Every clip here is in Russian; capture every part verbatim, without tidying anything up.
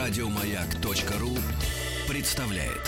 Радиомаяк.ру представляет.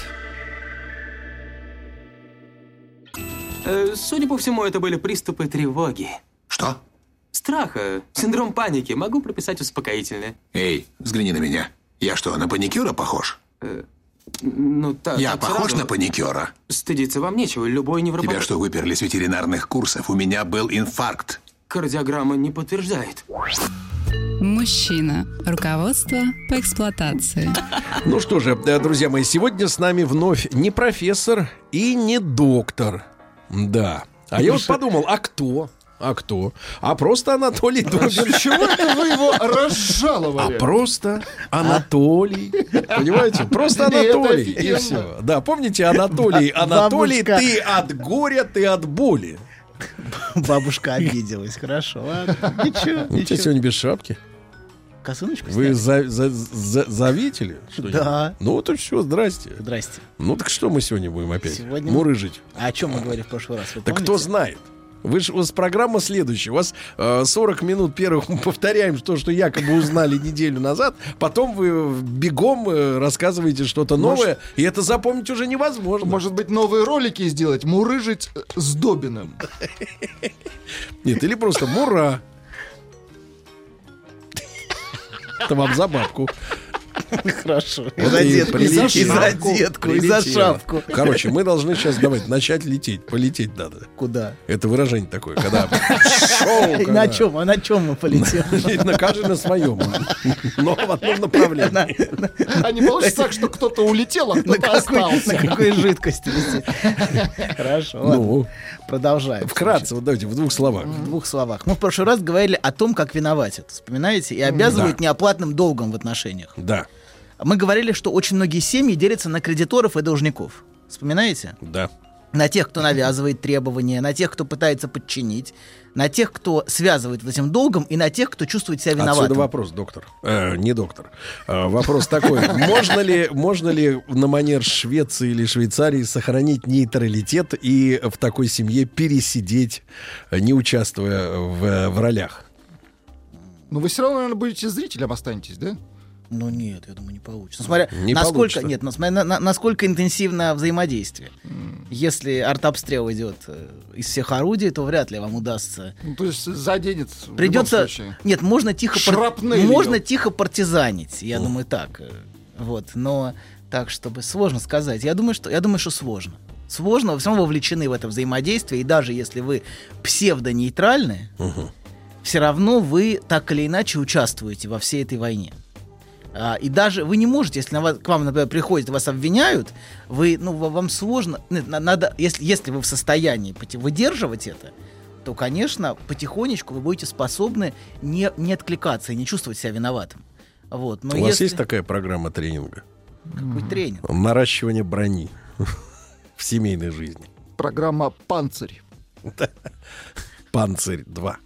Э, судя по всему, это были приступы тревоги. Что? Страха, синдром паники. Могу прописать успокоительное. Эй, взгляни на меня. Я что, на паникюра похож? Э, ну, так, Я так похож сразу. на паникюра? Стыдиться вам нечего. Любой невропатолог... Тебя что, выперли с ветеринарных курсов? У меня был инфаркт. Кардиограмма не подтверждает. Мужчина. Руководство по эксплуатации. Ну что же, друзья мои, сегодня с нами вновь не профессор и не доктор. Да. А я вот подумал, а кто? А кто? А просто Анатолий Добин. Чего это вы его разжаловали? А просто Анатолий. Понимаете? Просто Анатолий. И все. Да, помните Анатолий? Анатолий, ты от горя, ты от боли. Бабушка обиделась. Хорошо, ладно. Ничего, Ну, ничего. сегодня без шапки. Косыночку Вы сняли? за, за, за, завидели? что-нибудь? Да. Ну вот и все, здрасте. Здрасте. Ну так что мы сегодня будем опять? Сегодня- Мурыжить. А о чем мы говорили в прошлый раз? Вы Так помните? кто знает? Вы ж, у вас программа следующая. У вас э, сорок минут первых мы повторяем то, что якобы узнали неделю назад. Потом вы бегом э, рассказываете что-то новое. И это запомнить уже невозможно. Может быть, новые ролики сделать? Мурыжить с Добиным. Нет, или просто мура. Это вам за бабку. Хорошо. И Вот за и детку, и за прилетело. детку, и за Прилетело. шапку. Короче, мы должны сейчас давайте начать лететь. Полететь надо. Куда? Это выражение такое, когда шоу, И на чем? А на чем мы полетим? На каждый на своем. Но в одном направлении. А не получится так, что кто-то улетел, а На кто-то какой, на остался. какой жидкости летит? Хорошо, ладно. Ну, Продолжаем. вкратце, вот давайте в двух словах. В двух словах. Мы в прошлый раз говорили о том, как виноватят, вспоминаете, и обязывают Да. неоплатным долгом в отношениях. Да, Мы говорили, что очень многие семьи делятся на кредиторов и должников. Вспоминаете? да. На тех, кто навязывает требования, на тех, кто пытается подчинить, на тех, кто связывает вот этим долгом, и на тех, кто чувствует себя виноватым. Отсюда вопрос, доктор. Э, не доктор. Э, вопрос такой. Можно ли, можно ли на манер Швеции или Швейцарии сохранить нейтралитет и в такой семье пересидеть, э, не участвуя в, в ролях? Ну, вы все равно, наверное, будете зрителем останетесь, да? Ну нет, я думаю, не получится. Ну, смотря, Не насколько, получится. нет, ну, смотря на- на- насколько интенсивно взаимодействие. Если артобстрел идет э, из всех орудий, то вряд ли вам удастся. Ну, то есть заденет в любом Придется. случае. Нет, можно тихо пар- Шрапнелью. можно тихо партизанить, я думаю, так. э, Вот, но так, чтобы сложно сказать. Я думаю, что я думаю, что сложно. Сложно, вы все равно вовлечены в это взаимодействие, и даже если вы псевдонейтральны, все равно вы так или иначе участвуете во всей этой войне. А, и даже вы не можете, если на вас, к вам, например, приходят, вас обвиняют, вы, ну, ва- вам сложно, нет, на- надо, если, если вы в состоянии поти- выдерживать это, то, конечно, потихонечку вы будете способны не, не откликаться и не чувствовать себя виноватым. Вот. Но У вас если... есть такая программа тренинга? Какой тренинг? Наращивание брони в семейной жизни. Программа «Панцирь». Панцирь два.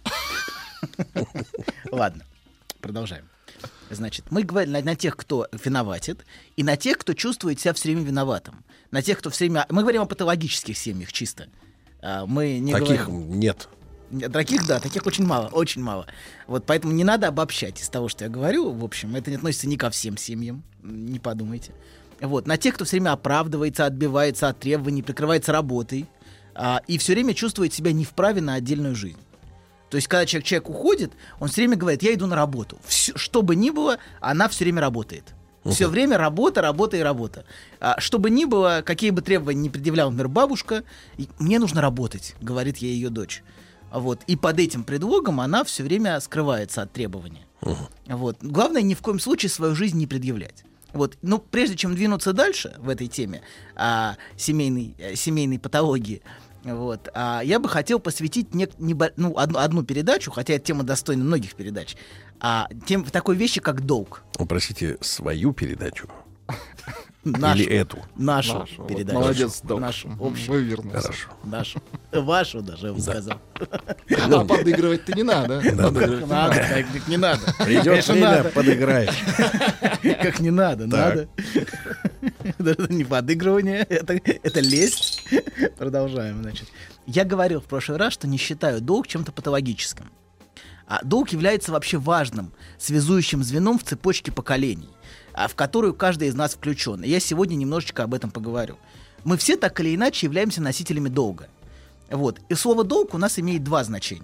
Ладно, продолжаем. Значит, мы говорим на, на тех, кто виноватит, и на тех, кто чувствует себя все время виноватым. На тех, кто все время... Мы говорим о патологических семьях чисто. А, Мы не Таких говорим... нет. Нет, Таких, да, таких очень мало, очень мало. Вот поэтому не надо обобщать из того, что я говорю. В общем, это не относится ни ко всем семьям, не подумайте. Вот. На тех, кто все время оправдывается, отбивается от требований, прикрывается работой, а, и все время чувствует себя не вправе на отдельную жизнь. То есть, когда человек, человек уходит, он все время говорит: я иду на работу. Всё, что бы ни было, она все время работает. Все время работа, работа и работа. А, что бы ни было, какие бы требования не предъявляла, например, бабушка, и- мне нужно работать, говорит ей ее дочь. Вот. И под этим предлогом она все время скрывается от требования. Вот. Главное, ни в коем случае свою жизнь не предъявлять. Вот. Но прежде чем двинуться дальше в этой теме а, семейной, э, семейной патологии, вот, а, я бы хотел посвятить не, небо- ну, одну, одну передачу, хотя эта тема достойна многих передач, а, тем, такой вещи, как долг. Простите, свою передачу Нашу, или эту? нашу Нашу. Вот передачу. молодец, док. Нашу, Мгм, общую. Вы вернулись. Хорошо. Нашу. Вашу даже, я бы сказал. А подыгрывать-то не надо. Подыгрывать не Надо, надо. так, так не надо. Придет Конечно, время, надо. подыграет. Как не надо, Так. надо. Это не подыгрывание, это, это лесть. Продолжаем, значит. Я говорил в прошлый раз, что не считаю долг чем-то патологическим. А долг является вообще важным связующим звеном в цепочке поколений. а в которую каждый из нас включен. И я сегодня немножечко об этом поговорю. Мы все так или иначе являемся носителями долга. Вот. И слово «долг» у нас имеет два значения.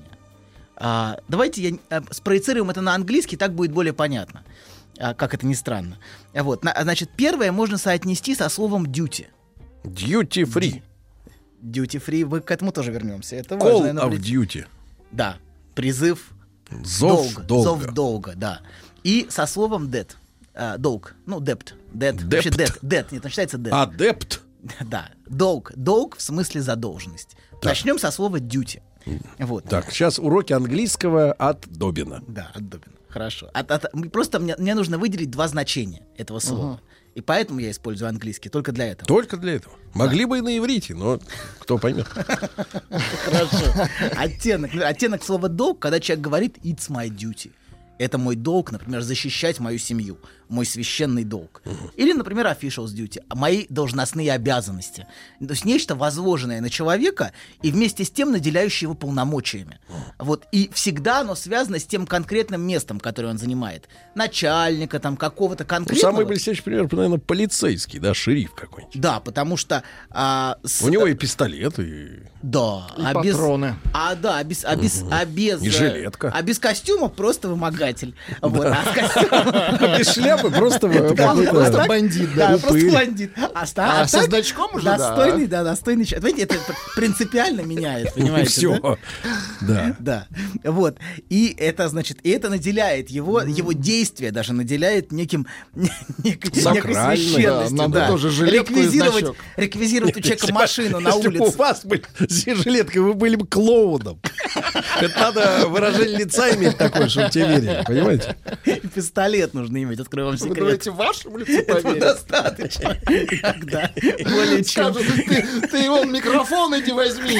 А, давайте я а, спроецируем это на английский, так будет более понятно, а, как это ни странно. Вот. На, значит, первое можно соотнести со словом «duty». Duty free. Duty free, мы к этому тоже вернемся. Это Call важное of наблюдение. duty. Да, призыв Зов долга, долга. зов долга, да. И со словом debt, а, долг, ну debt, debt, Debt. вообще debt, debt, нет, начинается debt. Адепт. Да, долг, долг в смысле задолженность. Начнем со слова duty. Вот. Так, сейчас уроки английского от Добина. Да, от Добина. Хорошо. От, от, просто мне, мне нужно выделить два значения этого слова. Ага. И поэтому я использую английский, только для этого. Только для этого. Могли бы и на иврите, но кто поймет. Хорошо. Оттенок, оттенок слова долг, когда человек говорит it's my duty. Это мой долг, например, защищать мою семью, мой священный долг. Uh-huh. Или, например, official's duty, мои должностные обязанности. То есть нечто возложенное на человека и вместе с тем наделяющее его полномочиями. Uh-huh. Вот. И всегда оно связано с тем конкретным местом, которое он занимает. Начальника, там, какого-то конкретного. Самый блестящий пример, наверное, полицейский, да, шериф какой-нибудь. Да, потому что... А, с... У него и пистолет, и... Да. И а без... патроны. А, да, а без... А без, а без И жилетка. А без костюма просто вымогатель. Вот. А с костюмом... Без шляпы просто вот Да, какой-то просто бандит, Да, да. просто упырь. бандит. А, ста- А а со так значком уже, да. достойный, да, достойный человек. Понимаете, это принципиально меняет, понимаете? Все. Да? Да. Да. Вот. И это, значит, и это наделяет его, его действие даже наделяет неким не- некой некой Сакральной. священностью. Да, надо да. тоже жилетку и Реквизировать, значок. реквизировать у человека машину на Если бы у улице. вас были с жилеткой, вы были бы клоуном. Это надо выражение лица иметь такое, чтобы тебе верили, понимаете? И пистолет нужно иметь, открою вам Вы секрет. давайте вашему лицу Этого поверим. достаточно. Иногда. Более чем. Скажут, ты, ты его микрофон иди возьми.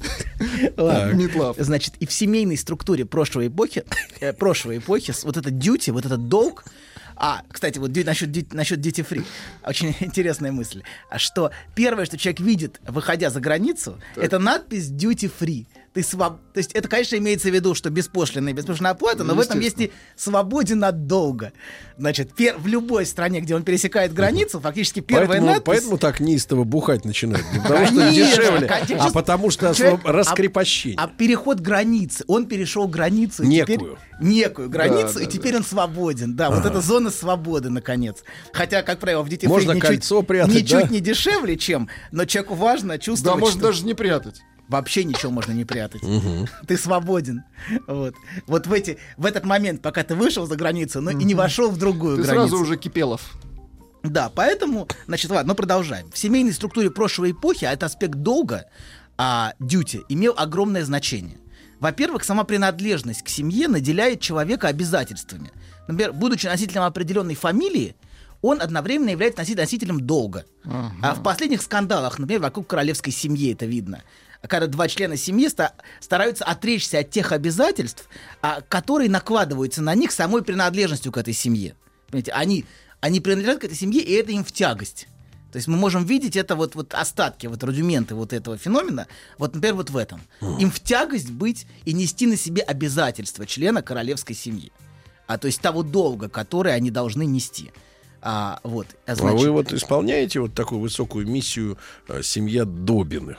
Ладно. Митлав. Значит, и в семейной структуре прошлой эпохи, э, прошлой эпохи, с- вот это duty, вот этот долг. А, кстати, вот дю- насчет, дю- насчет duty free. Очень интересная мысль. А что первое, что человек видит, выходя за границу, это надпись duty free. Ты своб... То есть это, конечно, имеется в виду, что беспошлинная, беспошлинная оплата, но в этом есть и свободен от долга. Значит, пер... в любой стране, где он пересекает границу, фактически первая Поэтому, надпись... поэтому так неистово бухать начинают. Не потому что Конечно, дешевле, конечно. а потому что Человек- освоб- раскрепощение. А, а переход границы. Он перешел границу. и Некую. теперь- некую границу, Да, и да, теперь он свободен. Да, вот эта зона свободы, наконец. Хотя, как правило, в Duty Free Можно ничуть, кольцо прятать, ничуть да? не дешевле, чем, но человеку важно Да, чувствовать, можно что даже не прятать. вообще ничего можно не прятать. Ты свободен. Вот, вот в, эти, в этот момент, пока ты вышел за границу, но и не вошел в другую Ты границу. сразу уже Кипелов. Да, поэтому, значит, ладно, ну продолжаем. В семейной структуре прошлой эпохи а этот аспект долга, а, duty, имел огромное значение. Во-первых, сама принадлежность к семье наделяет человека обязательствами. Например, будучи носителем определенной фамилии, он одновременно является носитель- носителем долга. Ага. А в последних скандалах, например, вокруг королевской семьи это видно. Когда два члена семьи ста- стараются отречься от тех обязательств, а, которые накладываются на них самой принадлежностью к этой семье. Понимаете, они, они принадлежат к этой семье, и это им в тягость. То есть мы можем видеть это вот, вот остатки, вот рудименты вот этого феномена, вот, например, вот в этом. Им в тягость быть и нести на себе обязательства члена королевской семьи. А то есть того долга, который они должны нести. А, вот, а, А значит, вы вот исполняете вот такую высокую миссию э, семья Добиных?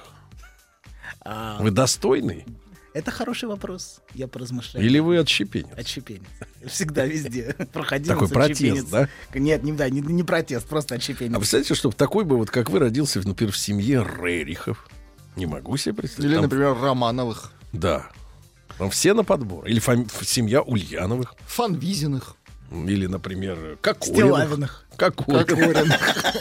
а, Вы достойный? это хороший вопрос. Я поразмышляю. Или вы отщепенец? Отщепенец. Всегда везде. Проходил. Такой протест, да? Нет, не, да, не, не протест, просто отщепенец. А представляете, чтобы такой бы, вот как вы, родился, например, в семье Рерихов? Не могу себе представить. Или, Там- например, Романовых. Да. Там все на подбор. Или фами- ф- семья Ульяновых. Фанвизиных. Или, например, Кокориных. Стилавиных. Кокориных.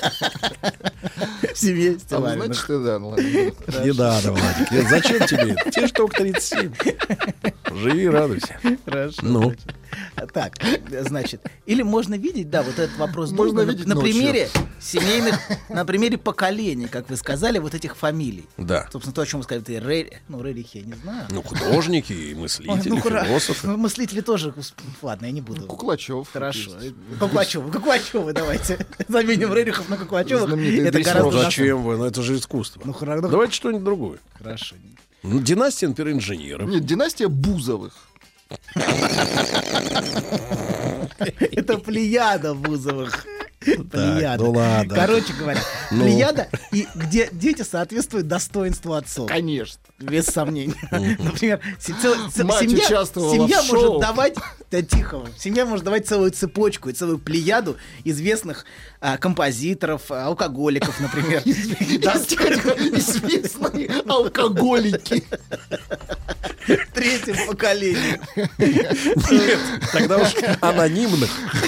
В семье А вы знаете, Стилавиных. что да, ну ладно. Не надо, Владик. Нет, зачем тебе это? Тебе же только тридцать семь. Живи, радуйся. Хорошо. Ну. значит. А, Так, значит, или можно видеть, да, вот этот вопрос Можно долга на- видеть на ночью. примере семейных, на примере поколений, как вы сказали, вот этих фамилий. Да. Собственно, то, о чем вы сказали, ты Рери, ну, Рерихи, я не знаю. Ну, художники и Ой, мыслители, ну, хра- философы. ну, мыслители тоже, усп- ладно, я не буду. Куклачев. Хорошо. есть. Куклачевы, Куклачевы давайте. Заменим Рерихов на Куклачевых. Знаменитый Это дрессировщик. гораздо... Зачем вы? Ну, это же искусство. Ну, хорошо. Давайте что-нибудь другое. Хорошо. Ну, династия, например, инженеров. Нет, династия Бузовых. Это плеяда Бузовых. Плеяда. ну ладно. Короче говоря, Ну. плеяда, и где дети соответствуют достоинству отцов. Конечно. Без сомнений. Например, се- цел- ц- Мать семья, участвовала семья в шоу. может давать, да тихо, семья может давать целую цепочку и целую плеяду известных а, композиторов, а, алкоголиков, например. Известные алкоголики. Третьим поколением. Нет, тогда уж анонимных.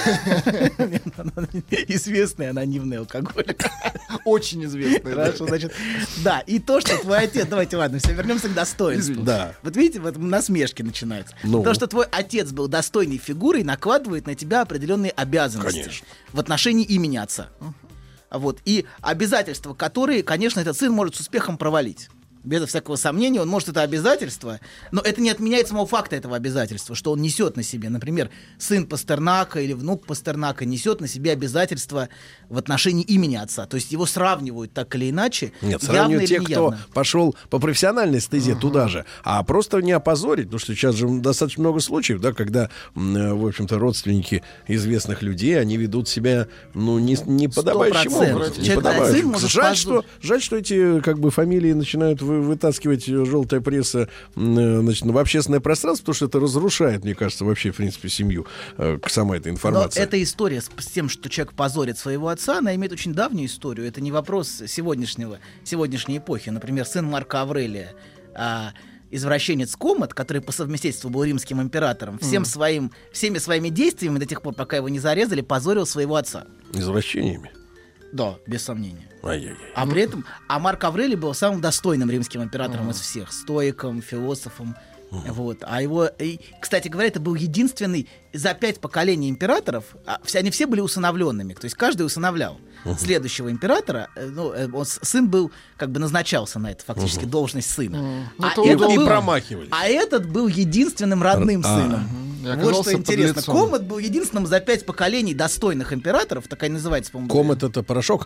Известный анонимный алкоголик. Очень известные. да. Хорошо, значит, да, и то, что твой отец, давайте, ладно, все, вернемся к достоинству. Да. Вот видите, вот насмешки начинаются. Ну. То, что твой отец был достойной фигурой, накладывает на тебя определенные обязанности. Конечно. В отношении имени отца. Вот. И обязательства, которые, конечно, этот сын может с успехом провалить. Без всякого сомнения, он может это обязательство, но это не отменяет самого факта этого обязательства, что он несет на себе. Например, сын Пастернака или внук Пастернака несет на себе обязательства в отношении имени отца. То есть его сравнивают так или иначе. Нет, явно сравнивают или тех, кто неявно. пошел по профессиональной стезе туда же, а просто не опозорить, потому что сейчас же достаточно много случаев, да, когда, м, э, в общем-то, родственники известных людей, они ведут себя, ну, не, не подобающим Сто процентов. образом. Не Человек, подобающим. сын может Жаль, позор- что, жаль, что эти, как бы, фамилии начинают вы- вытаскивать э, желтая пресса, м, э, значит, в общественное пространство, потому что это разрушает, мне кажется, вообще, в принципе, семью, э, сама эта Но информация. эта история с, с тем, что человек позорит своего отца, она имеет очень давнюю историю. Это не вопрос сегодняшнего, сегодняшней эпохи. Например, сын Марка Аврелия, а, извращенец Комод, который по совместительству был римским императором, всем своим, всеми своими действиями до тех пор, пока его не зарезали, позорил своего отца. Извращениями. Да, без сомнения. Ай-яй-яй. А при этом, а Марк Аврелий был самым достойным римским императором из всех, стоиком, философом. Вот. А его, и, кстати говоря, это был единственный за пять поколений императоров, а, все, они все были усыновленными, то есть каждый усыновлял следующего императора. э, Ну, э, он, с- сын был, как бы назначался на это фактически должность сына. Ну, А это этот И был- промахивались. а этот был единственным родным А. сыном. И Вот оказался что интересно. подлецом. Комод был единственным за пять поколений достойных императоров, такая называется, по-моему. Комет — это порошок?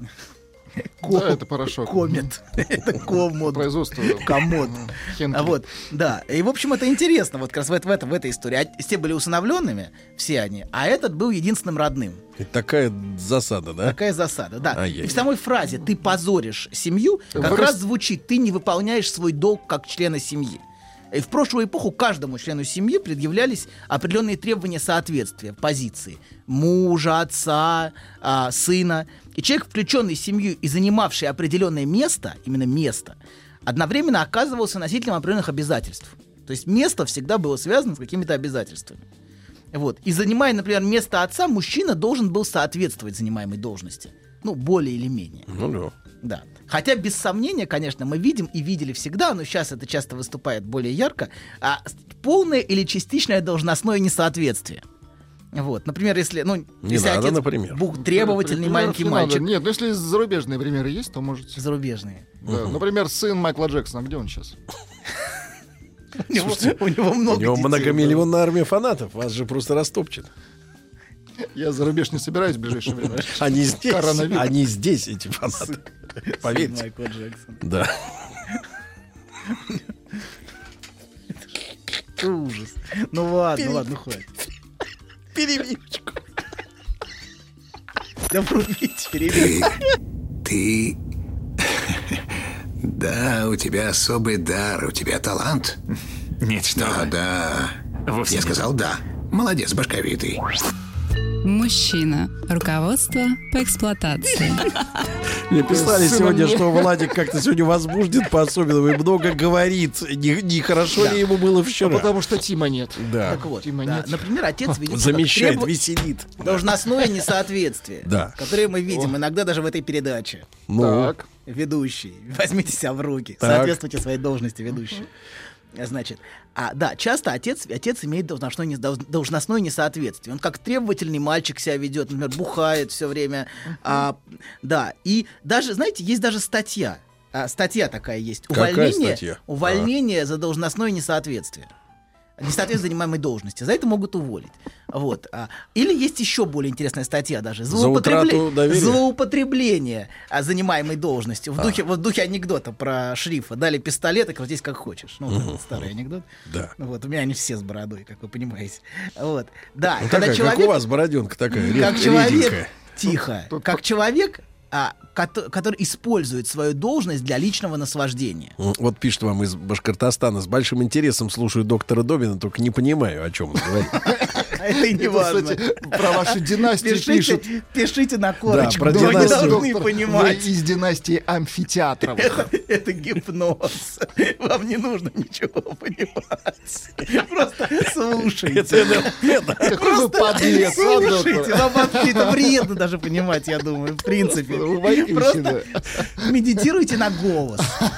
Да, это порошок. Комет. Это комод. Производство. Комод. Хенкель. А вот, да. И, в общем, это интересно, вот как раз в, это- в, этом- в этой истории. А все были усыновленными, все они, а этот был единственным родным. И такая засада, да? Такая засада, да. Ай-яй-яй. И в самой фразе «ты позоришь семью» как Вырас- раз звучит «ты не выполняешь свой долг как члена семьи». И в прошлую эпоху каждому члену семьи предъявлялись определенные требования соответствия позиции мужа, отца, а, сына. И человек, включенный в семью и занимавший определенное место, именно место, одновременно оказывался носителем определенных обязательств. То есть место всегда было связано с какими-то обязательствами. Вот. И занимая, например, место отца, мужчина должен был соответствовать занимаемой должности. Ну, более или менее. Ну да. Да. Хотя, без сомнения, конечно, мы видим и видели всегда, но сейчас это часто выступает более ярко, а, с- полное или частичное должностное несоответствие. Вот. Например, если, ну, Не если надо, отец например. был требовательный Примеров маленький не надо. мальчик, Нет, ну если зарубежные примеры есть, то можете. зарубежные. Да. Например, сын Майкла Джексона, где он сейчас? У него, у него много У него детей, многомиллионная армия фанатов. Вас же просто растопчет. Я за рубеж не собираюсь в ближайшее время. Они здесь. Коронавирус. Они здесь, эти фанаты. да. Поверьте. Майкл Джексон. Да. Ужас. Ну ладно, ладно, хватит. Перемичку. Да врубите, перебейте. Ты... Да, у тебя особый дар, у тебя талант. Нет, что Да, вы. да. Вовсе Я нет. сказал да. Молодец, башковитый. Мужчина. Руководство по эксплуатации. Мне писали Сыном сегодня, мне. что Владик как-то сегодня возбужден по-особенному и много говорит. Не- Нехорошо ли ему было вчера? Потому что Тима нет. Да. Так вот, Тима да, нет. например, отец ведет Замещает, требу- веселит. должностное несоответствие, Да. которое мы видим иногда даже в этой передаче. Ну, Так. Ведущий, возьмите себя в руки, Так. соответствуйте своей должности ведущий. Значит, а, да, часто отец, отец имеет должностное, не- долж- должностное несоответствие. Он как требовательный мальчик себя ведет, например, бухает все время. А, да, и даже, знаете, есть даже статья. А, статья такая есть. Какая Увольнение, статья? увольнение за должностное несоответствие. несоответствие занимаемой должности. За это могут уволить. Вот. А, или есть еще более интересная статья даже. За утрату доверия? Злоупотребление а, занимаемой должностью. В, а. духе, в духе анекдота про Шрифа. Дали пистолет и крутись как хочешь. Ну, вот старый анекдот. Да. Вот. У меня они все с бородой, как вы понимаете. Вот. Да. Ну, когда такая, человек, как у вас бороденка такая, как ред, человек, реденькая. Тихо. Как человек... А, ко- который использует свою должность для личного наслаждения. Вот пишет вам из Башкортостана: с большим интересом слушаю доктора Добина, только не понимаю, о чем он говорит. Это и не важно. Про вашу династию пишут. Пишите на корочку. Да, про Вы не династию. должны понимать. Вы из династии амфитеатровых. Это гипноз. Вам не нужно ничего понимать. Просто слушайте. Какой вы подлец, а, доктор? Слушайте. Вам вообще это вредно даже понимать, я думаю, в принципе. Просто медитируйте на голос.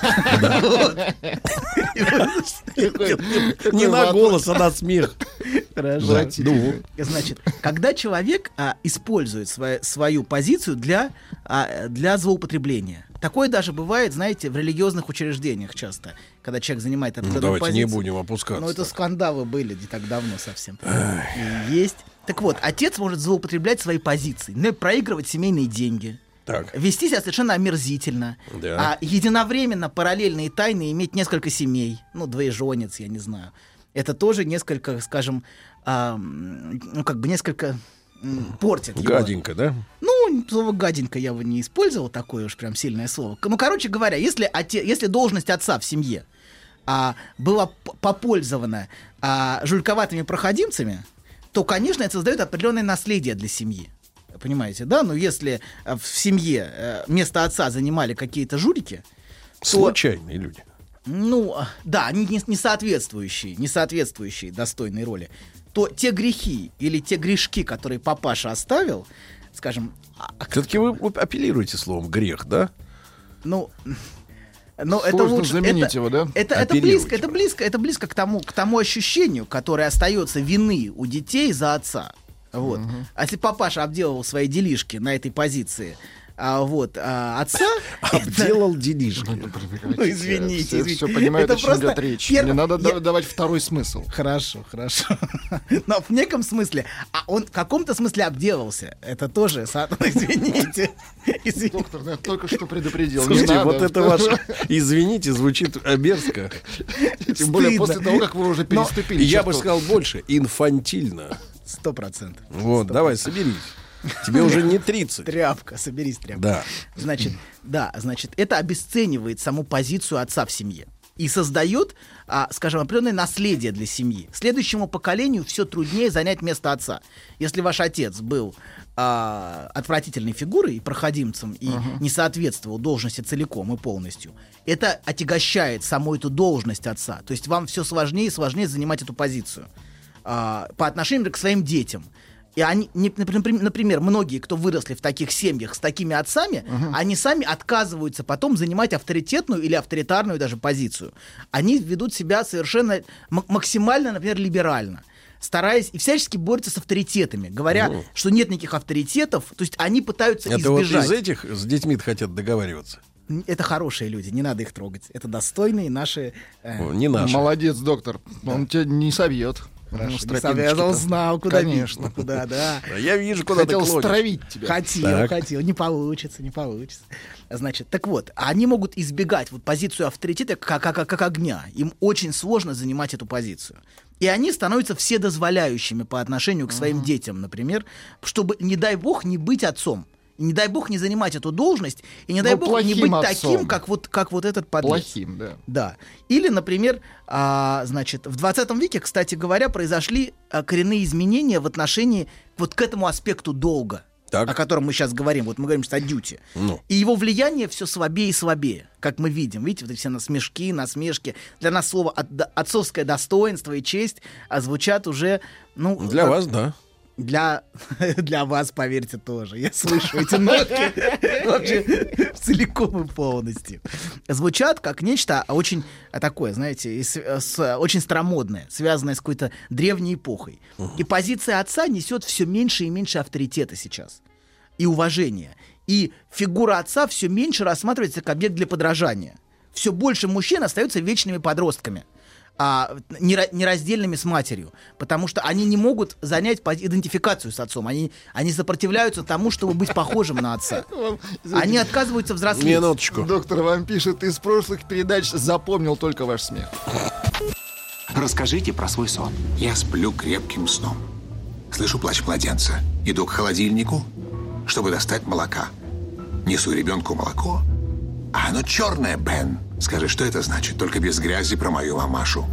Не на голос, а на смех. Хорошо. Значит, когда человек а, использует свою, свою позицию для, а, для злоупотребления. Такое даже бывает, знаете, в религиозных учреждениях часто, когда человек занимает определенную ну, давайте позицию. не будем опускаться. Ну, это скандалы были не так давно совсем. И есть. Так вот, отец может злоупотреблять свои позиции, ну, проигрывать семейные деньги. Так. Вести себя совершенно омерзительно. Да. А единовременно, параллельно и тайно иметь несколько семей. Ну, двоеженец, я не знаю. Это тоже несколько, скажем, а, ну, как бы несколько м, портит его. Гаденько, да? Ну, слово гаденько я бы не использовал, такое уж прям сильное слово. Ну, короче говоря, если, оте, если должность отца в семье а, была п- попользована а, жульковатыми проходимцами, то, конечно, это создает определенное наследие для семьи. Понимаете, да? Но если в семье место отца занимали какие-то жулики... Случайные то, люди. Ну, да, не, не соответствующие, не соответствующие достойной роли, то те грехи или те грешки, которые папаша оставил, скажем... Все-таки вы апеллируете словом «грех», да? Ну... Но Сложно это лучше заменить это, его, да? Это, это близко, это близко, это близко к тому, к тому ощущению, которое остается вины у детей за отца. Вот. Угу. А если папаша обделывал свои делишки на этой позиции, а, вот, а, отца... Обделал делишки. Ну, извините, извините. Все понимают, о чем идет речь. Не надо я... давать второй смысл. Хорошо, хорошо. Но в неком смысле, а он в каком-то смысле обделался. Это тоже, извините. Доктор, я только что предупредил. Слушайте, вот это ваше «извините» звучит мерзко. Тем более после того, как вы уже переступили. Я бы сказал больше, инфантильно. Сто процентов. Вот, давай, соберись. Тебе уже не тридцать. Тряпка, соберись, тряпка. Да. Значит, да, значит, это обесценивает саму позицию отца в семье и создает, а, скажем, определенное наследие для семьи. Следующему поколению все труднее занять место отца. Если ваш отец был а, отвратительной фигурой и проходимцем и uh-huh. не соответствовал должности целиком и полностью, это отягощает саму эту должность отца. То есть вам все сложнее и сложнее занимать эту позицию а, по отношению к своим детям. И они, например, многие, кто выросли в таких семьях с такими отцами, uh-huh. они сами отказываются потом занимать авторитетную или авторитарную даже позицию. Они ведут себя совершенно м- максимально, например, либерально, стараясь и всячески борются с авторитетами, говоря, uh-huh. что нет никаких авторитетов, то есть они пытаются Это избежать. Это вот из этих с детьми хотят договариваться? Это хорошие люди, не надо их трогать. Это достойные наши... Э... Не наши. Молодец, доктор. Да. Он тебя не собьет. Хорошо, ну, я же знал, куда Конечно. бить, куда, да. Я вижу, куда Хотел ты клонишь. стравить тебя. Хотел, так. хотел. Не получится, не получится. Значит, так вот, они могут избегать вот позицию авторитета как, как, как огня. Им очень сложно занимать эту позицию. И они становятся вседозволяющими по отношению к своим uh-huh. детям, например, чтобы, не дай бог, не быть отцом. И не дай бог не занимать эту должность, и не дай Но бог не быть отцом. таким, как вот, как вот этот подлец. Плохим, да. Да. Или, например, а, значит, в двадцатом веке, кстати говоря, произошли а, коренные изменения в отношении вот к этому аспекту долга, так. о котором мы сейчас говорим. Вот мы говорим сейчас о дьюти. Ну. И его влияние все слабее и слабее, как мы видим. Видите, вот эти все насмешки, насмешки. Для нас слово от, отцовское достоинство и честь а, звучат уже... Ну, Для как... вас, да. Для, для вас, поверьте, тоже. Я слышу эти нотки вообще целиком и полностью. Звучат как нечто очень такое, знаете, с, с, очень старомодное, связанное с какой-то древней эпохой. И позиция отца несет все меньше и меньше авторитета сейчас. И уважения. И фигура отца все меньше рассматривается как объект для подражания. Все больше мужчин остаются вечными подростками. а, нера- нераздельными с матерью, потому что они не могут занять по- идентификацию с отцом, они, они сопротивляются тому, чтобы быть похожим на отца. Они отказываются взрослеть. Минуточку. Доктор вам пишет, из прошлых передач запомнил только ваш смех. Расскажите про свой сон. Я сплю крепким сном. Слышу плач младенца. Иду к холодильнику, чтобы достать молока. Несу ребенку молоко. А оно черное, Бен. Скажи, что это значит? Только без грязи про мою мамашу.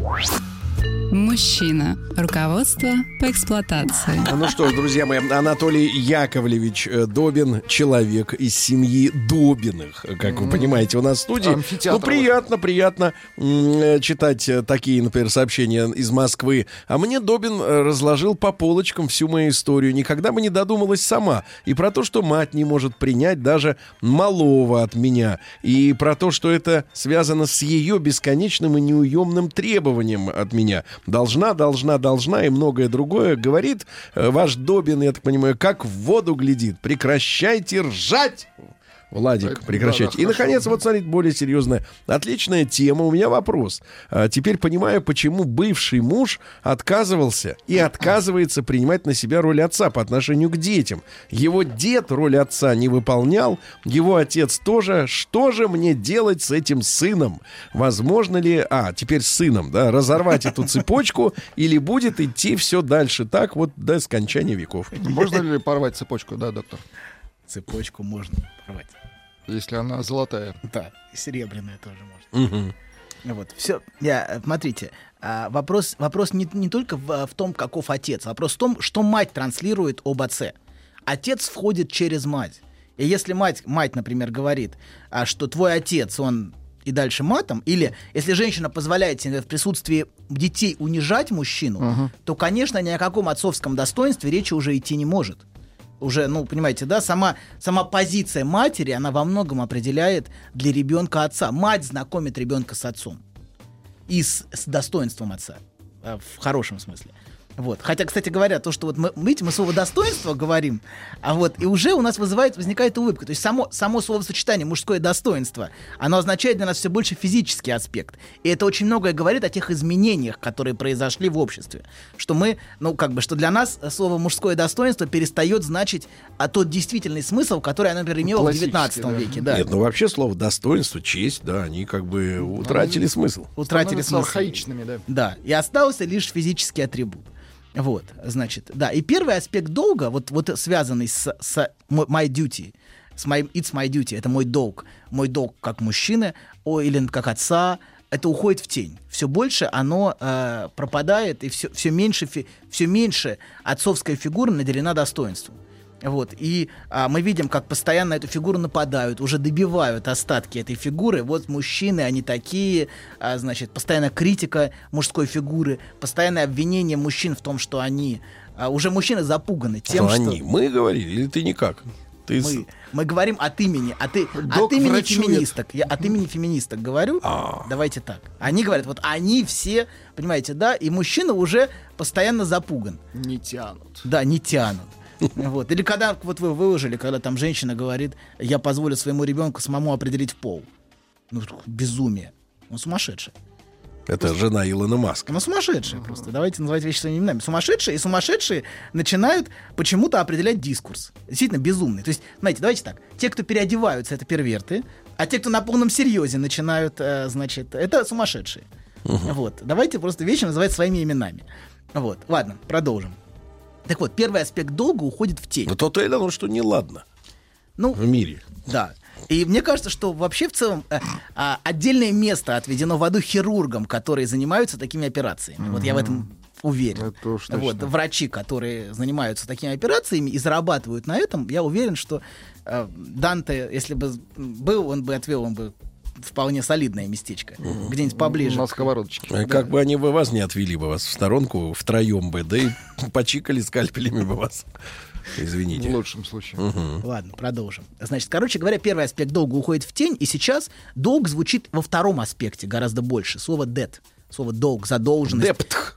Мужчина. Руководство по эксплуатации. Ну что ж, друзья мои, Анатолий Яковлевич Добин, человек из семьи Добиных, как вы понимаете, у нас в студии. Амфитеатр. Ну, приятно, приятно м- читать такие, например, сообщения из Москвы. А мне Добин разложил по полочкам всю мою историю. Никогда бы не додумалась сама. И про то, что мать не может принять даже малого от меня. И про то, что это связано с ее бесконечным и неуемным требованием от меня. Должна, должна, должна и многое другое. Говорит э, ваш Добин, я так понимаю, как в воду глядит. Прекращайте ржать! Владик, Это, прекращайте. да, да, и, хорошо, наконец, да. вот, смотрите, более серьезная, отличная тема. У меня вопрос. А, теперь понимаю, почему бывший муж отказывался и отказывается принимать на себя роль отца по отношению к детям. Его дед роль отца не выполнял, его отец тоже. Что же мне делать с этим сыном? Возможно ли... А, теперь с сыном, да, разорвать эту цепочку или будет идти все дальше так вот до скончания веков? Можно ли порвать цепочку, да, доктор? Цепочку можно порвать. Если она золотая. Да, и серебряная тоже можно. Вот, все. Я, смотрите, а, вопрос, вопрос не, не только в, в том, каков отец. Вопрос в том, что мать транслирует об отце. Отец входит через мать. И если мать, мать, например, говорит, а, что твой отец, он и дальше матом, или если женщина позволяет себе в присутствии детей унижать мужчину, uh-huh. то, конечно, ни о каком отцовском достоинстве речи уже идти не может. Уже, ну, понимаете, да, сама, сама позиция матери, она во многом определяет для ребенка отца. Мать знакомит ребенка с отцом и с, с достоинством отца, в хорошем смысле. Вот. Хотя, кстати говоря, то, что вот мы, видите, мы слово достоинство говорим, а вот и уже у нас вызывает, возникает улыбка. То есть само, само словосочетание мужское достоинство, оно означает для нас все больше физический аспект. И это очень многое говорит о тех изменениях, которые произошли в обществе. Что мы, ну, как бы, что для нас слово мужское достоинство перестает значить а тот действительный смысл, который оно, например, имело в девятнадцатом да. веке. Да. Нет, ну вообще слово достоинство, честь, да, они как бы утратили смысл. Утратили Становятся смысл. архаичными, да. Да, и остался лишь физический атрибут. Вот, значит, да. И первый аспект долга, вот, вот связанный с, с my duty, с my, it's my duty, это мой долг, мой долг как мужчины о, или как отца, это уходит в тень. Все больше оно э, пропадает, и все, все, меньше, фи, все меньше отцовская фигура наделена достоинством. Вот. И а, мы видим, как постоянно на эту фигуру нападают, уже добивают остатки этой фигуры. Вот мужчины, они такие, а, значит, постоянная критика мужской фигуры, постоянное обвинение мужчин в том, что они... А, уже мужчины запуганы тем, что что... они? Мы говорили, или ты никак? Ты... Мы, мы говорим от имени, от, и, Док от имени врачует. феминисток. Я от имени феминисток говорю. А. Давайте так. Они говорят, вот они все, понимаете, да, и мужчина уже постоянно запуган. Не тянут. Да, не тянут. Вот. Или когда вот вы выложили, когда там женщина говорит, я позволю своему ребенку самому определить пол. Ну, безумие. Он сумасшедший. Это жена Илона Маска. Она сумасшедшая просто. Давайте называть вещи своими именами. Сумасшедшие, и сумасшедшие начинают почему-то определять дискурс. Действительно безумный. То есть, знаете, давайте так. Те, кто переодеваются, это перверты, а те, кто на полном серьезе начинают, э, значит, это сумасшедшие. Угу. Вот. Давайте просто вещи называть своими именами. Вот. Ладно, продолжим. Так вот, первый аспект долга уходит в тень. Но то-то и оно, что неладно ну, в мире. Да. И мне кажется, что вообще в целом э, э, отдельное место отведено в аду хирургам, которые занимаются такими операциями. Mm-hmm. Вот я в этом уверен. Это уж точно. Вот, врачи, которые занимаются такими операциями и зарабатывают на этом, я уверен, что э, Данте, если бы был, он бы отвел, он бы вполне солидное местечко, mm-hmm. где-нибудь поближе. На сковородочке. А да. Как бы они бы вас не отвели бы вас в сторонку втроем бы, да и почикали скальпелями бы вас. Извините. В лучшем случае. Угу. Ладно, продолжим. Значит, короче говоря, первый аспект долга уходит в тень, и сейчас долг звучит во втором аспекте гораздо больше. Слово debt. Слово долг, задолженность. Депт.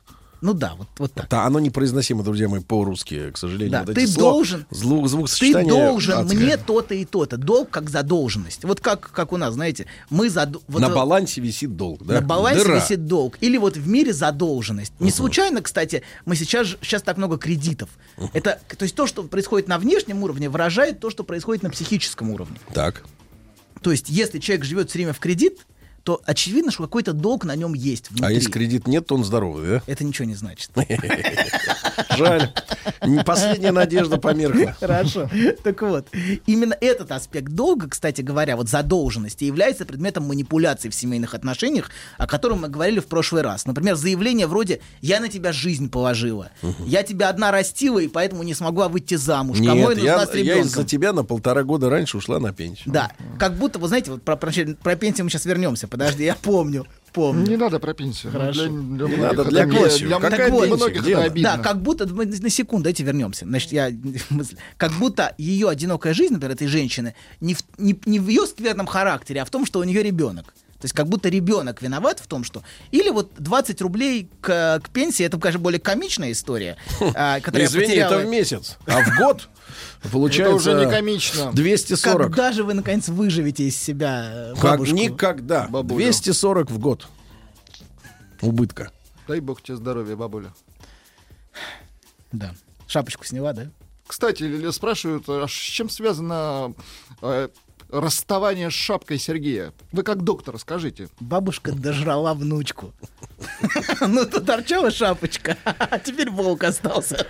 Ну да, вот, вот так. Да, оно непроизносимо, друзья мои, по-русски, к сожалению. Да, вот ты эти слова, должен, звук, ты звукосочетание должен адское. мне то-то и то-то. Долг как задолженность. Вот как, как у нас, знаете, мы за... Вот на вот, балансе висит долг, да? на балансе Дыра. висит долг. Или вот в мире задолженность. Не случайно, кстати, мы сейчас, ж- сейчас так много кредитов. Это, то есть то, что происходит на внешнем уровне, выражает то, что происходит на психическом уровне. Так. То есть если человек живет все время в кредит, то очевидно, что какой-то долг на нем есть внутри. А если кредит нет, то он здоровый, да? Это ничего не значит. Жаль. Не последняя надежда померкла. Хорошо. Так вот, именно этот аспект долга, кстати говоря, вот задолженности, является предметом манипуляций в семейных отношениях, о котором мы говорили в прошлый раз. Например, заявление вроде «я на тебя жизнь положила», «я тебя одна растила, и поэтому не смогла выйти замуж», «кому я Нет, нужна я, с я ребенком». из-за тебя на полтора года раньше ушла на пенсию. Да, как будто, вы знаете, вот про, про, про пенсию мы сейчас вернемся. Подожди, я помню. Помню. Не надо про пенсию. Хорошо. Для, для Не многих надо это для не- пенсию. для Какая многих- пенсия? многих Где это она? обидно. Да, как будто, мы на секунду, давайте вернемся. Значит, я, мысль. Как будто ее одинокая жизнь, например, этой женщины, не в, не, не в ее скверном характере, а в том, что у нее ребенок. То есть как будто ребенок виноват в том, что... Или вот двадцать рублей к, к пенсии, это, конечно, более комичная история, а, которая Извини, потеряла... это в месяц. А в год получается... Это уже не комично. двести сорок. Когда же вы, наконец, выживете из себя э, Как бабушку? никогда. Бабулю. двести сорок в год. Убытка. Дай бог тебе здоровья, бабуля. Да. Шапочку сняла, да? Кстати, Лили спрашивают, а с чем связано э, расставание с шапкой Сергея? Вы как доктор, скажите. Бабушка дожрала внучку. Ну, тут торчала шапочка, а теперь волк остался.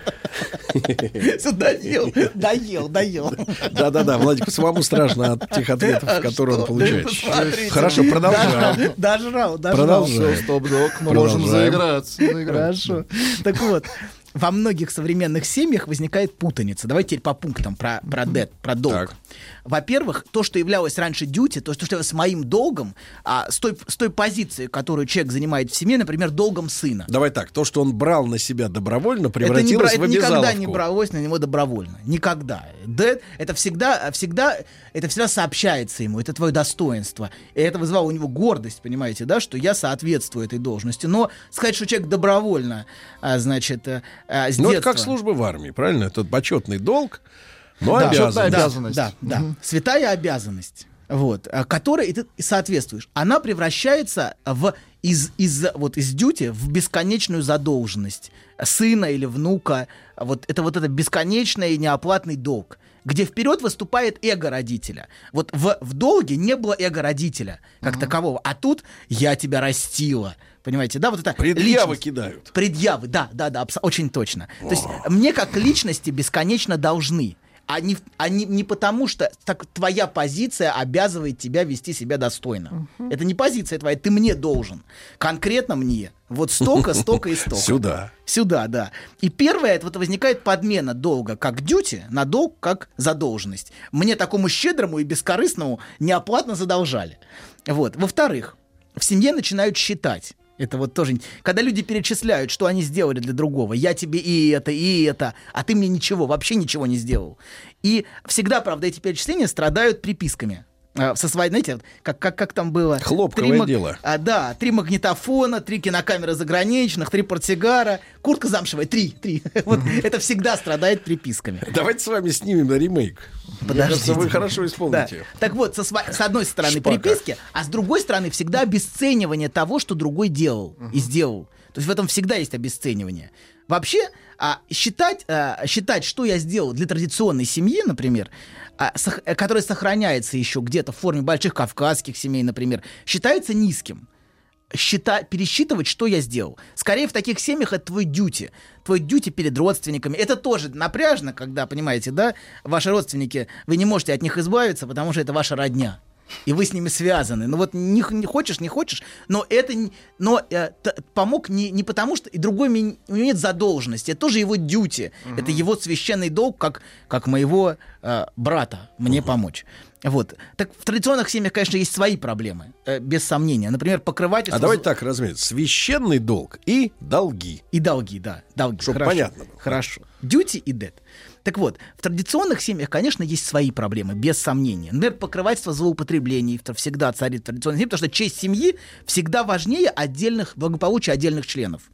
Доел, доел, доел. Да-да-да, Владику самому страшно от тех ответов, которые он получает. Посмотрите. Хорошо, продолжаем. Дожрал, дожрал. Продолжаем. Все, стоп-док, мы можем Продолжаем. заиграться. заиграться. Хорошо. Так вот, во многих современных семьях возникает путаница. Давайте теперь по пунктам про, про debt, про долг. Так. Во-первых, то, что являлось раньше duty, то, что являлось моим долгом, а, с, той, с той позиции, которую человек занимает в семье, например, долгом сына. Давай так, то, что он брал на себя добровольно, Это, не превратилось бра- в это никогда обязаловку. не бралось на него добровольно. Никогда. Debt, это всегда, всегда, это всегда сообщается ему. Это твое достоинство. И это вызывало у него гордость, понимаете, да, что я соответствую этой должности. Но сказать, что человек добровольно, а, значит, а, с Ну, это детства... как служба в армии, правильно? Это почетный долг, но Да, обязанность. почетная да, обязанность. Да, да. Святая обязанность. Вот, а, которой и ты и соответствуешь. Она превращается в из, из, вот, из дьюти в бесконечную задолженность сына или внука. Вот это вот это бесконечный и неоплатный долг, где вперед выступает эго родителя. Вот в, в долге не было эго родителя как такового. А тут я тебя растила. Понимаете, да, вот это Предъявы личность. кидают. Предъявы, да, да, да, абсо- очень точно. То есть мне как личности бесконечно должны. А не, а не, не потому, что так, твоя позиция обязывает тебя вести себя достойно. Это не позиция твоя, ты мне должен. Конкретно мне. Вот столько, столько и столько. Сюда. Сюда, да. И первое, это вот возникает подмена долга как дьюти на долг как задолженность. Мне такому щедрому и бескорыстному неоплатно задолжали. Вот. Во-вторых, в семье начинают считать. Это вот тоже... Когда люди перечисляют, что они сделали для другого. Я тебе и это, и это, а ты мне ничего, вообще ничего не сделал. И всегда, правда, эти перечисления страдают приписками. А, Со своей, знаете, как, как, как там было? Хлопковое Три маг- дело. А, да, три магнитофона, три кинокамеры заграничных, три портсигара, куртка замшевая, три, три. Вот это всегда страдает приписками. Давайте с вами снимем на ремейк. Мне Подождите. кажется, вы хорошо Да. исполните. Так вот, со, сва- с одной стороны Шпака. приписки, а с другой стороны всегда обесценивание того, что другой делал и сделал. То есть в этом всегда есть обесценивание. Вообще, а, считать, а, считать, что я сделал для традиционной семьи, например, а, сох- э, которая сохраняется еще где-то в форме больших кавказских семей, например, считается низким. Счита- пересчитывать, что я сделал. Скорее, в таких семьях это твой дьюти. Твой дьюти перед родственниками. Это тоже напряжно, когда, понимаете, да, ваши родственники, вы не можете от них избавиться, потому что это ваша родня. И вы с ними связаны. Ну вот не, х- не хочешь, не хочешь, но это не- но, э, т- помог не, не потому, что и другой ми- у него нет задолженности. Это тоже его дьюти. Это его священный долг, как, как моего э, брата, мне помочь. Вот. Так в традиционных семьях, конечно, есть свои проблемы, э, без сомнения. Например, покрывательство... А давайте так разумеется. Священный долг и долги. И долги, да. Долги. Чтоб Хорошо. понятно было. Хорошо. Duty и debt. Так вот, в традиционных семьях, конечно, есть свои проблемы, без сомнения. Например, покрывательство злоупотреблений в- всегда царит в традиционной семье, потому что честь семьи всегда важнее отдельных, благополучия отдельных членов.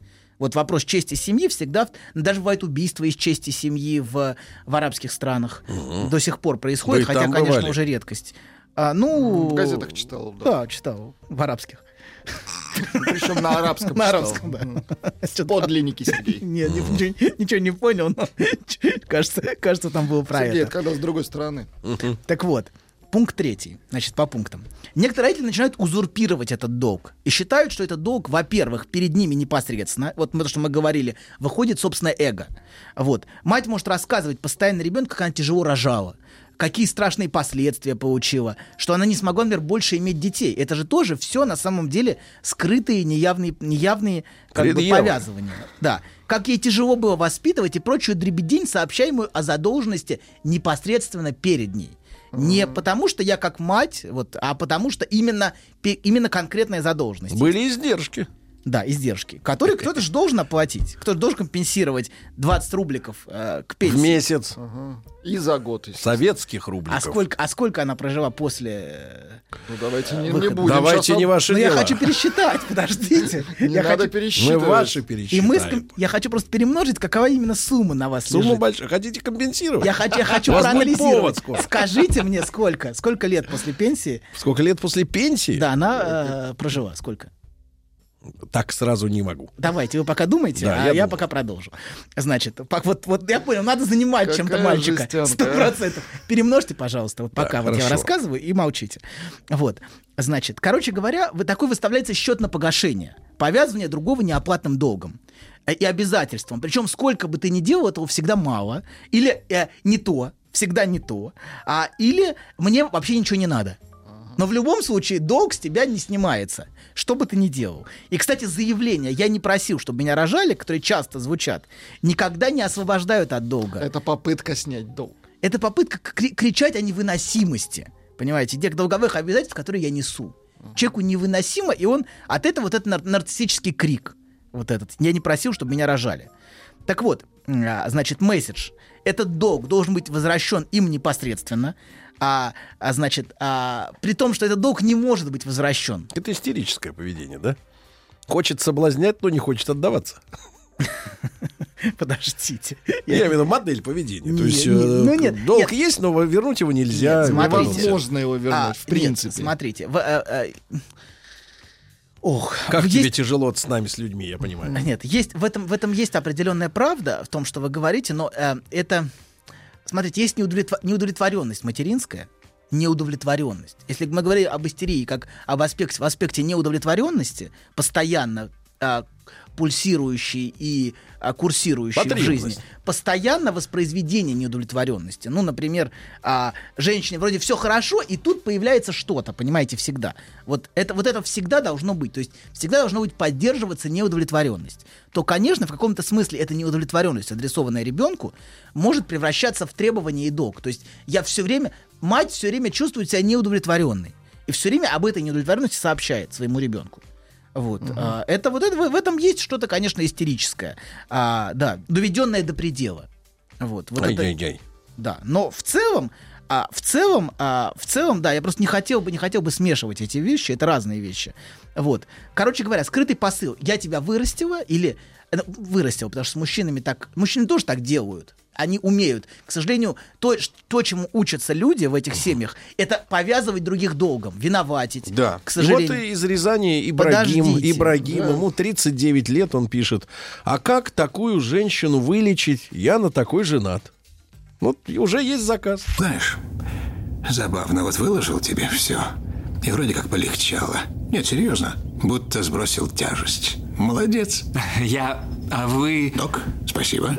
Вот вопрос чести семьи всегда... Даже бывает убийство из чести семьи в, в арабских странах. Угу. До сих пор происходит, Вы хотя, конечно, бывали? уже редкость. А, ну... В газетах читал, да. Да, читал. В арабских. Причем на арабском На читал. арабском, да. Подлинники, Сергей. Нет, ничего, ничего не понял, но кажется, кажется, там было про Сергей, это. это когда с другой стороны. Так вот, пункт третий, значит, по пунктам. Некоторые родители начинают узурпировать этот долг и считают, что этот долг, во-первых, перед ними непосредственно, вот то, что мы говорили, выходит собственное эго. Вот. Мать может рассказывать постоянно ребенку, как она тяжело рожала, какие страшные последствия получила, что она не смогла, например, больше иметь детей. Это же тоже все на самом деле скрытые, неявные, неявные как бы, повязывания. Да. Как ей тяжело было воспитывать и прочую дребедень, сообщаемую о задолженности непосредственно перед ней. Не потому, что я как мать, вот, а потому, что именно, именно конкретная задолженность. Были издержки. Да, издержки, которые кто-то же должен оплатить. Кто-то должен компенсировать двадцать рубликов э, к пенсии. В месяц. Ага. И за год. Советских рубликов. А сколько, а сколько она прожила после... Ну давайте не, не выхода? будем. Давайте Сейчас не ваши Ну, дела. я хочу пересчитать, подождите. Не Я надо хочу... Мы пересчитывать. ваши И пересчитаем. мы ском- я хочу просто перемножить, какова именно сумма на вас Сумму лежит. большую. Хотите компенсировать? Я хочу, я хочу У вас будет проанализировать. повод скоро. Скажите мне, сколько? Сколько лет после пенсии? Сколько лет после пенсии? Да, она э, прожила. Сколько? Так сразу не могу. Давайте, вы пока думаете, Да, а я я, думаю. пока продолжу. Значит, пак- вот, вот я понял, надо занимать Какая чем-то мальчика. жестянка, Сто процентов. Перемножьте, пожалуйста, вот пока Да, вот я хорошо. рассказываю, и молчите. Вот. Значит, короче говоря, вы такой выставляется счет на погашение. Повязывание другого неоплатным долгом э, и обязательством. Причем сколько бы ты ни делал, этого всегда мало. Или э, не то, всегда не то. А, или мне вообще ничего не надо. Но в любом случае долг с тебя не снимается, что бы ты ни делал. И, кстати, заявления «я не просил, чтобы меня рожали», которые часто звучат, никогда не освобождают от долга. Это попытка снять долг. Это попытка кри- кричать о невыносимости, понимаете, тех долговых обязательств, которые я несу. Человеку невыносимо, и он от этого вот этот нар- нарциссический крик, вот этот «я не просил, чтобы меня рожали». Так вот, а, значит, месседж. Этот долг должен быть возвращен им непосредственно, а, а значит, а, при том, что этот долг не может быть возвращен. Это истерическое поведение, да? Хочет соблазнять, но не хочет отдаваться. Подождите. Я имею в виду модель поведения. Не, То есть не, э, ну нет, долг нет. есть, но вернуть его нельзя. Нет, смотрите. Невозможно его вернуть, А, в принципе. Нет, смотрите. В, э, э, ох, Как есть- тебе тяжело с нами, с людьми, я понимаю. Нет, есть, в, этом, в этом есть определенная правда, в том, что вы говорите, но э, это... Смотрите, есть неудовлетво- неудовлетворенность материнская, неудовлетворенность. Если мы говорим об истерии как об аспекте, в аспекте неудовлетворенности, постоянно э, пульсирующей и э, курсирующей в Потребность. жизни, постоянно воспроизведение неудовлетворенности. Ну, например, э, женщине вроде все хорошо, и тут появляется что-то, понимаете, всегда. Вот это, вот это всегда должно быть. То есть всегда должно быть поддерживаться неудовлетворенность. То, конечно, в каком-то смысле эта неудовлетворенность, адресованная ребенку, может превращаться в требование и долг. То есть я все время, мать все время чувствует себя неудовлетворенной. И все время об этой неудовлетворенности сообщает своему ребенку. Вот. Uh-huh. А, это, вот это, в этом есть что-то, конечно, истерическое. А, да, доведенное до предела. Вот. Вот это, Ай-яй-яй. да. Но в целом, а, в целом, а, в целом, да, я просто не хотел бы, не хотел бы смешивать эти вещи. Это разные вещи. Вот. Короче говоря, скрытый посыл. Я тебя вырастила или э, вырастила, потому что с мужчинами так, мужчины тоже так делают. Они умеют. К сожалению, то, ш- то, чему учатся люди в этих семьях, это повязывать других долгом, виноватить. Да. К сожалению. И вот из Рязани Ибрагим, Подождите. Ибрагим, Да. ему тридцать девять лет, он пишет: а как такую женщину вылечить? Я на такой женат. Вот и уже есть заказ. Знаешь, забавно, вот выложил тебе все, и вроде как полегчало. Нет, серьезно, будто сбросил тяжесть. Молодец. Я... А вы... Док, спасибо.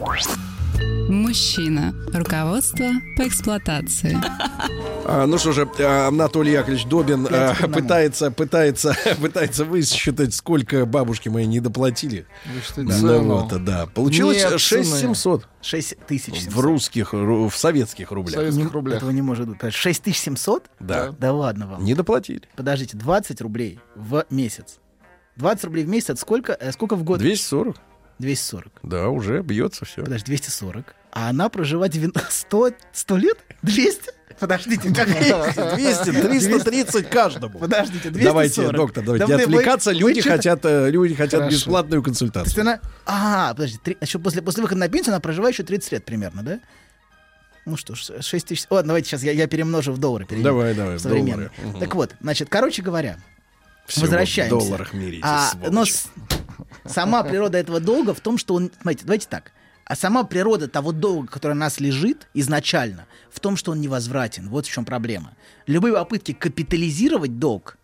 Мужчина. Руководство по эксплуатации. А, ну что же, а, Анатолий Яковлевич Добин Я а, теперь нормально. пытается, пытается, пытается высчитать, сколько бабушки мои не доплатили. Высчитать Ну цену. вот, да. Получилось Нет шесть цены. семьсот шесть тысяч в русских, ру- в советских рублях. В советских Не- рублях. Этого не может быть. шесть тысяч семьсот? Да. Да ладно вам. Не доплатили. Подождите, двадцать рублей в месяц. двадцать рублей в месяц, это сколько, э, сколько в год? двести сорок. двести сорок. Да, уже бьется все. Подожди, двести сорок. А она прожила сто, сто лет? двести? Подождите, как двести, триста тридцать каждому. Подождите, двести сорок. Давайте, доктор, давайте Да не вы- отвлекаться. вы Люди что-то- хотят, э, люди хотят Хорошо. бесплатную То есть консультацию. она... А, подожди, три- еще после, после выхода на пенсию она проживает еще тридцать лет примерно, да? Ну что ж, шесть тысяч... Ладно, давайте сейчас я, я перемножу в доллары. перейдем. Давай, давай, в Современные. доллары. Мгм. Так вот, значит, короче говоря, Всего возвращаемся. в долларах мерите, А, сволочь. но с- сама природа этого долга в том, что он... Смотрите, давайте так. А сама природа того долга, который на нас лежит изначально, в том, что он невозвратен. Вот в чем проблема. Любые попытки капитализировать долг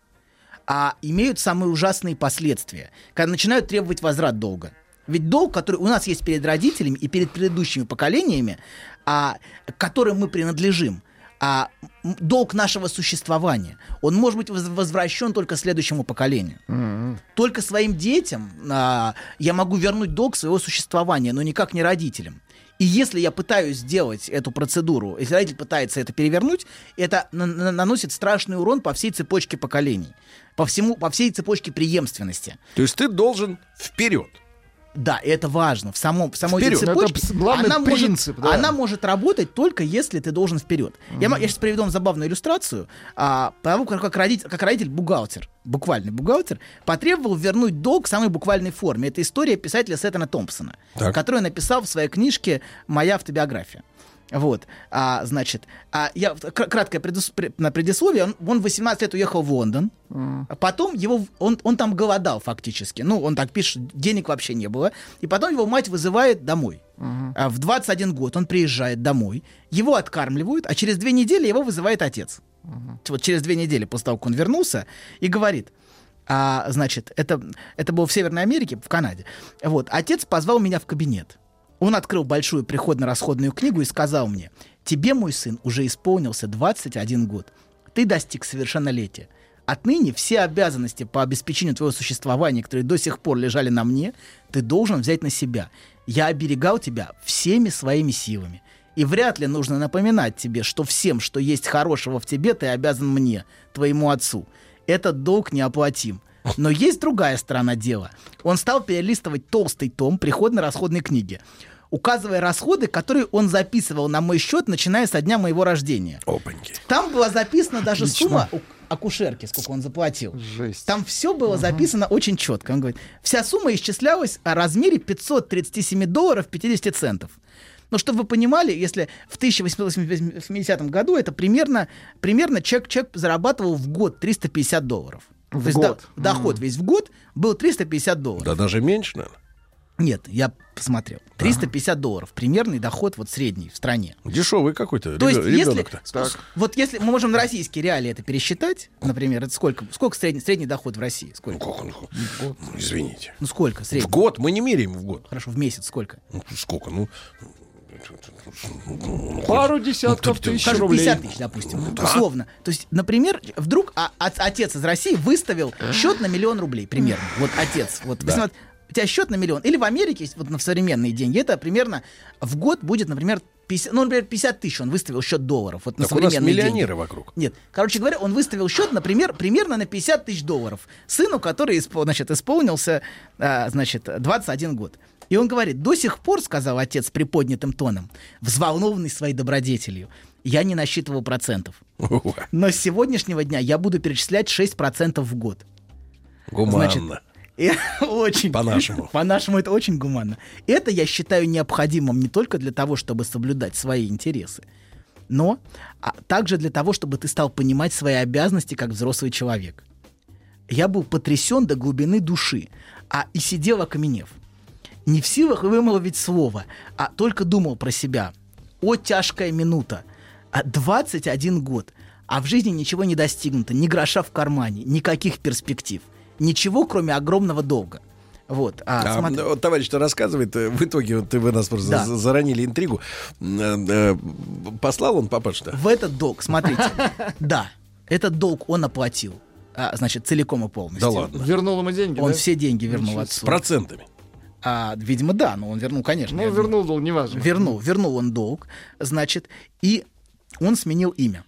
а, имеют самые ужасные последствия, когда начинают требовать возврат долга. Ведь долг, который у нас есть перед родителями и перед предыдущими поколениями, а, к которым мы принадлежим, а м, долг нашего существования, он может быть воз- возвращен только следующему поколению. Только своим детям а, я могу вернуть долг своего существования, но никак не родителям. И если я пытаюсь сделать эту процедуру, если родитель пытается это перевернуть, это на- на- наносит страшный урон по всей цепочке поколений, по всему, по всей цепочке преемственности. То есть ты должен вперед. Да, и это важно. В, самом, в самой этой Вперед. цепочке Это главный она, принцип, может, да. она может работать только если ты должен вперед. Я, мо- я сейчас приведу вам забавную иллюстрацию а, того, как, как, родитель, как родитель бухгалтер, буквальный бухгалтер, потребовал вернуть долг в самой буквальной форме. Это история писателя Сеттона Томпсона, Так. который он написал в своей книжке «Моя автобиография». Вот, а, значит, а я кр- краткое предус- пре- на предисловие. Он, он в восемнадцать лет уехал в Лондон, а потом его он, он там голодал фактически. Ну, он так пишет, денег вообще не было. И потом его мать вызывает домой. А в двадцать один год он приезжает домой, его откармливают, а через две недели его вызывает отец. Вот через две недели после того, как он вернулся, и говорит. А, значит, это, это было в Северной Америке, в Канаде. Вот, отец позвал меня в кабинет. Он открыл большую приходно-расходную книгу и сказал мне: «Тебе, мой сын, уже исполнился двадцать один год. Ты достиг совершеннолетия. Отныне все обязанности по обеспечению твоего существования, которые до сих пор лежали на мне, ты должен взять на себя. Я оберегал тебя всеми своими силами. И вряд ли нужно напоминать тебе, что всем, что есть хорошего в тебе, ты обязан мне, твоему отцу. Этот долг неоплатим. Но есть другая сторона дела». Он стал перелистывать толстый том приходно-расходной книги, указывая расходы, которые он записывал на мой счет, начиная со дня моего рождения. Опаньки. Там была записана даже Отлично. сумма у- акушерки, сколько он заплатил. Жесть. Там все было записано очень четко. Он говорит, вся сумма исчислялась о размере пятьсот тридцать семь долларов пятьдесят центов. Но чтобы вы понимали, если в тысяча восемьсот восьмидесятом году это примерно, примерно человек, человек зарабатывал в год триста пятьдесят долларов. В То есть год. до- доход весь в год был триста пятьдесят долларов. Да даже меньше, наверное. Нет, я посмотрел. триста пятьдесят долларов. Примерный доход вот средний в стране. Дешевый какой-то То есть, ребё- если, ребенок-то. с- вот если мы можем на российские реалии это пересчитать, например, это сколько, сколько средний, средний доход в России? Ну, Сколько? как он? Ну, извините. Ну сколько В средний? год мы не меряем в год. Хорошо, в месяц сколько? Ну, сколько? Ну, Пару десятков Ну, ты- тысяч Скажем, рублей. пятьдесят тысяч, допустим, условно. То есть, например, вдруг а- от- отец из России выставил счет на миллион рублей примерно. Вот отец. Вот, восемнадцать у тебя счет на миллион. Или в Америке, есть вот на современные деньги, это примерно в год будет, например, пятьдесят, ну, например, пятьдесят тысяч он выставил счет долларов. Вот на так у нас современные миллионеры деньги. вокруг. Нет, короче говоря, он выставил счет, например, примерно на пятьдесят тысяч долларов сыну, который испол- значит, исполнился а, значит, двадцать один год. И он говорит, до сих пор, сказал отец приподнятым тоном, взволнованный своей добродетелью, я не насчитывал процентов. Но с сегодняшнего дня я буду перечислять шесть процентов в год. Гуманно. И очень. По-нашему. По-нашему это очень гуманно. Это я считаю необходимым не только для того, чтобы соблюдать свои интересы, но а также для того, чтобы ты стал понимать свои обязанности как взрослый человек. Я был потрясен до глубины души, а и сидел окаменев. Не в силах вымолвить слово, а только думал про себя. О, тяжкая минута! А двадцать один год, а в жизни ничего не достигнуто, ни гроша в кармане, никаких перспектив. Ничего, кроме огромного долга. Вот, а, А, смотри. вот товарищ-то рассказывает, э, в итоге вот, ты вы нас просто Да. за- заронили интригу. Э, э, Послал он папаша-то? В этот долг, смотрите, да, этот долг он оплатил, а, значит, целиком и полностью. Да ладно. Вернул ему деньги, Он да? все деньги вернул Ничего С отцу. процентами. А, видимо, да, но он вернул, конечно. Ну, я думаю. вернул, долг, неважно. Вернул, вернул он долг, значит, и он сменил имя.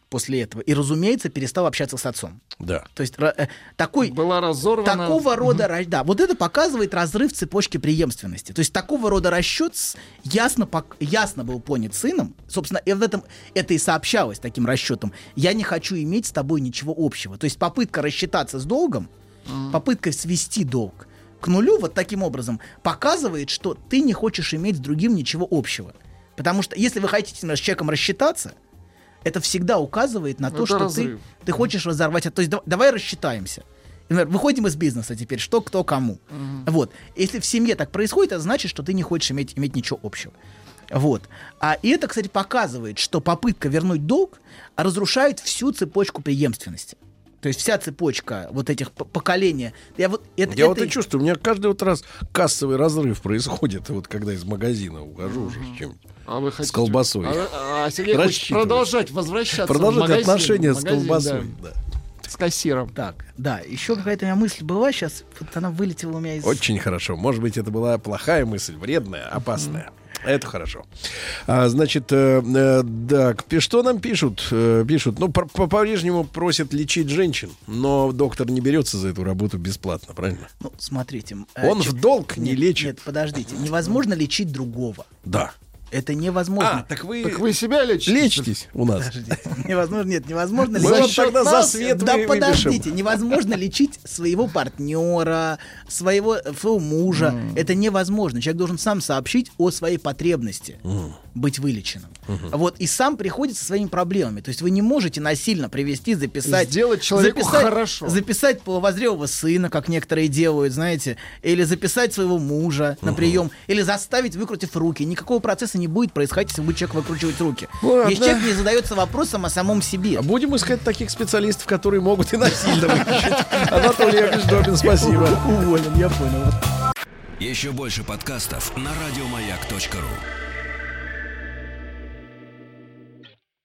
после этого. И, разумеется, перестал общаться с отцом. Да. То есть ра- э, такой... Была разорвана... Такого рода... ра- Да, вот это показывает разрыв цепочки преемственности. То есть такого рода расчет с- ясно, пок- ясно был понят сыном. Собственно, и в этом это и сообщалось таким расчетом. Я не хочу иметь с тобой ничего общего. То есть попытка рассчитаться с долгом, mm. попытка свести долг к нулю вот таким образом показывает, что ты не хочешь иметь с другим ничего общего. Потому что если вы хотите с человеком рассчитаться, это всегда указывает на то, это что ты, ты хочешь разорвать. То есть да, давай рассчитаемся. Например, выходим из бизнеса теперь, что кто кому. Uh-huh. Вот. Если в семье так происходит, это значит, что ты не хочешь иметь, иметь ничего общего. Вот. А, и это, кстати, показывает, что попытка вернуть долг разрушает всю цепочку преемственности. То есть вся цепочка вот этих поколений. Я вот, это, я это... вот и чувствую, у меня каждый вот раз кассовый разрыв происходит, вот когда из магазина ухожу уже с чем-то. А вы хотите... С колбасой. А, а Сергей хочет продолжать возвращаться Продолжать в магазин, отношения в магазин, с колбасой. Да. Да. С кассиром. Так, да, еще какая-то у меня мысль была, сейчас вот она вылетела у меня из... Очень хорошо. Может быть, это была плохая мысль, вредная, опасная. Mm-hmm. Это хорошо. А, значит, э, э, так, что нам пишут? Э, пишут, ну, по- по-прежнему просят лечить женщин, но доктор не берется за эту работу бесплатно, правильно? Ну, смотрите. Он э, в долг не нет, лечит. Нет, подождите. Невозможно лечить другого. Да. Это невозможно. А, так вы, так вы себя лечите? Лечитесь у нас. Подождите. Невозможно, нет, невозможно Мы вам лечить. тогда за свет Да вы- подождите, выпишем. невозможно лечить своего партнера, своего, своего мужа. Mm. Это невозможно. Человек должен сам сообщить о своей потребности mm. быть вылеченным. Mm-hmm. Вот, и сам приходит со своими проблемами. То есть вы не можете насильно привести, записать... Сделать человеку записать, хорошо. Записать половозрелого сына, как некоторые делают, знаете, или записать своего мужа на прием, mm-hmm. или заставить, выкрутив руки. Никакого процесса не будет происходить, если будет человек выкручивать руки. Ладно. Если человек не задается вопросом о самом себе. А будем искать таких специалистов, которые могут и насильно вылечить. Анатолий Яковлевич Добин, спасибо. Уволен, я понял. Еще больше подкастов на радиомаяк точка ру.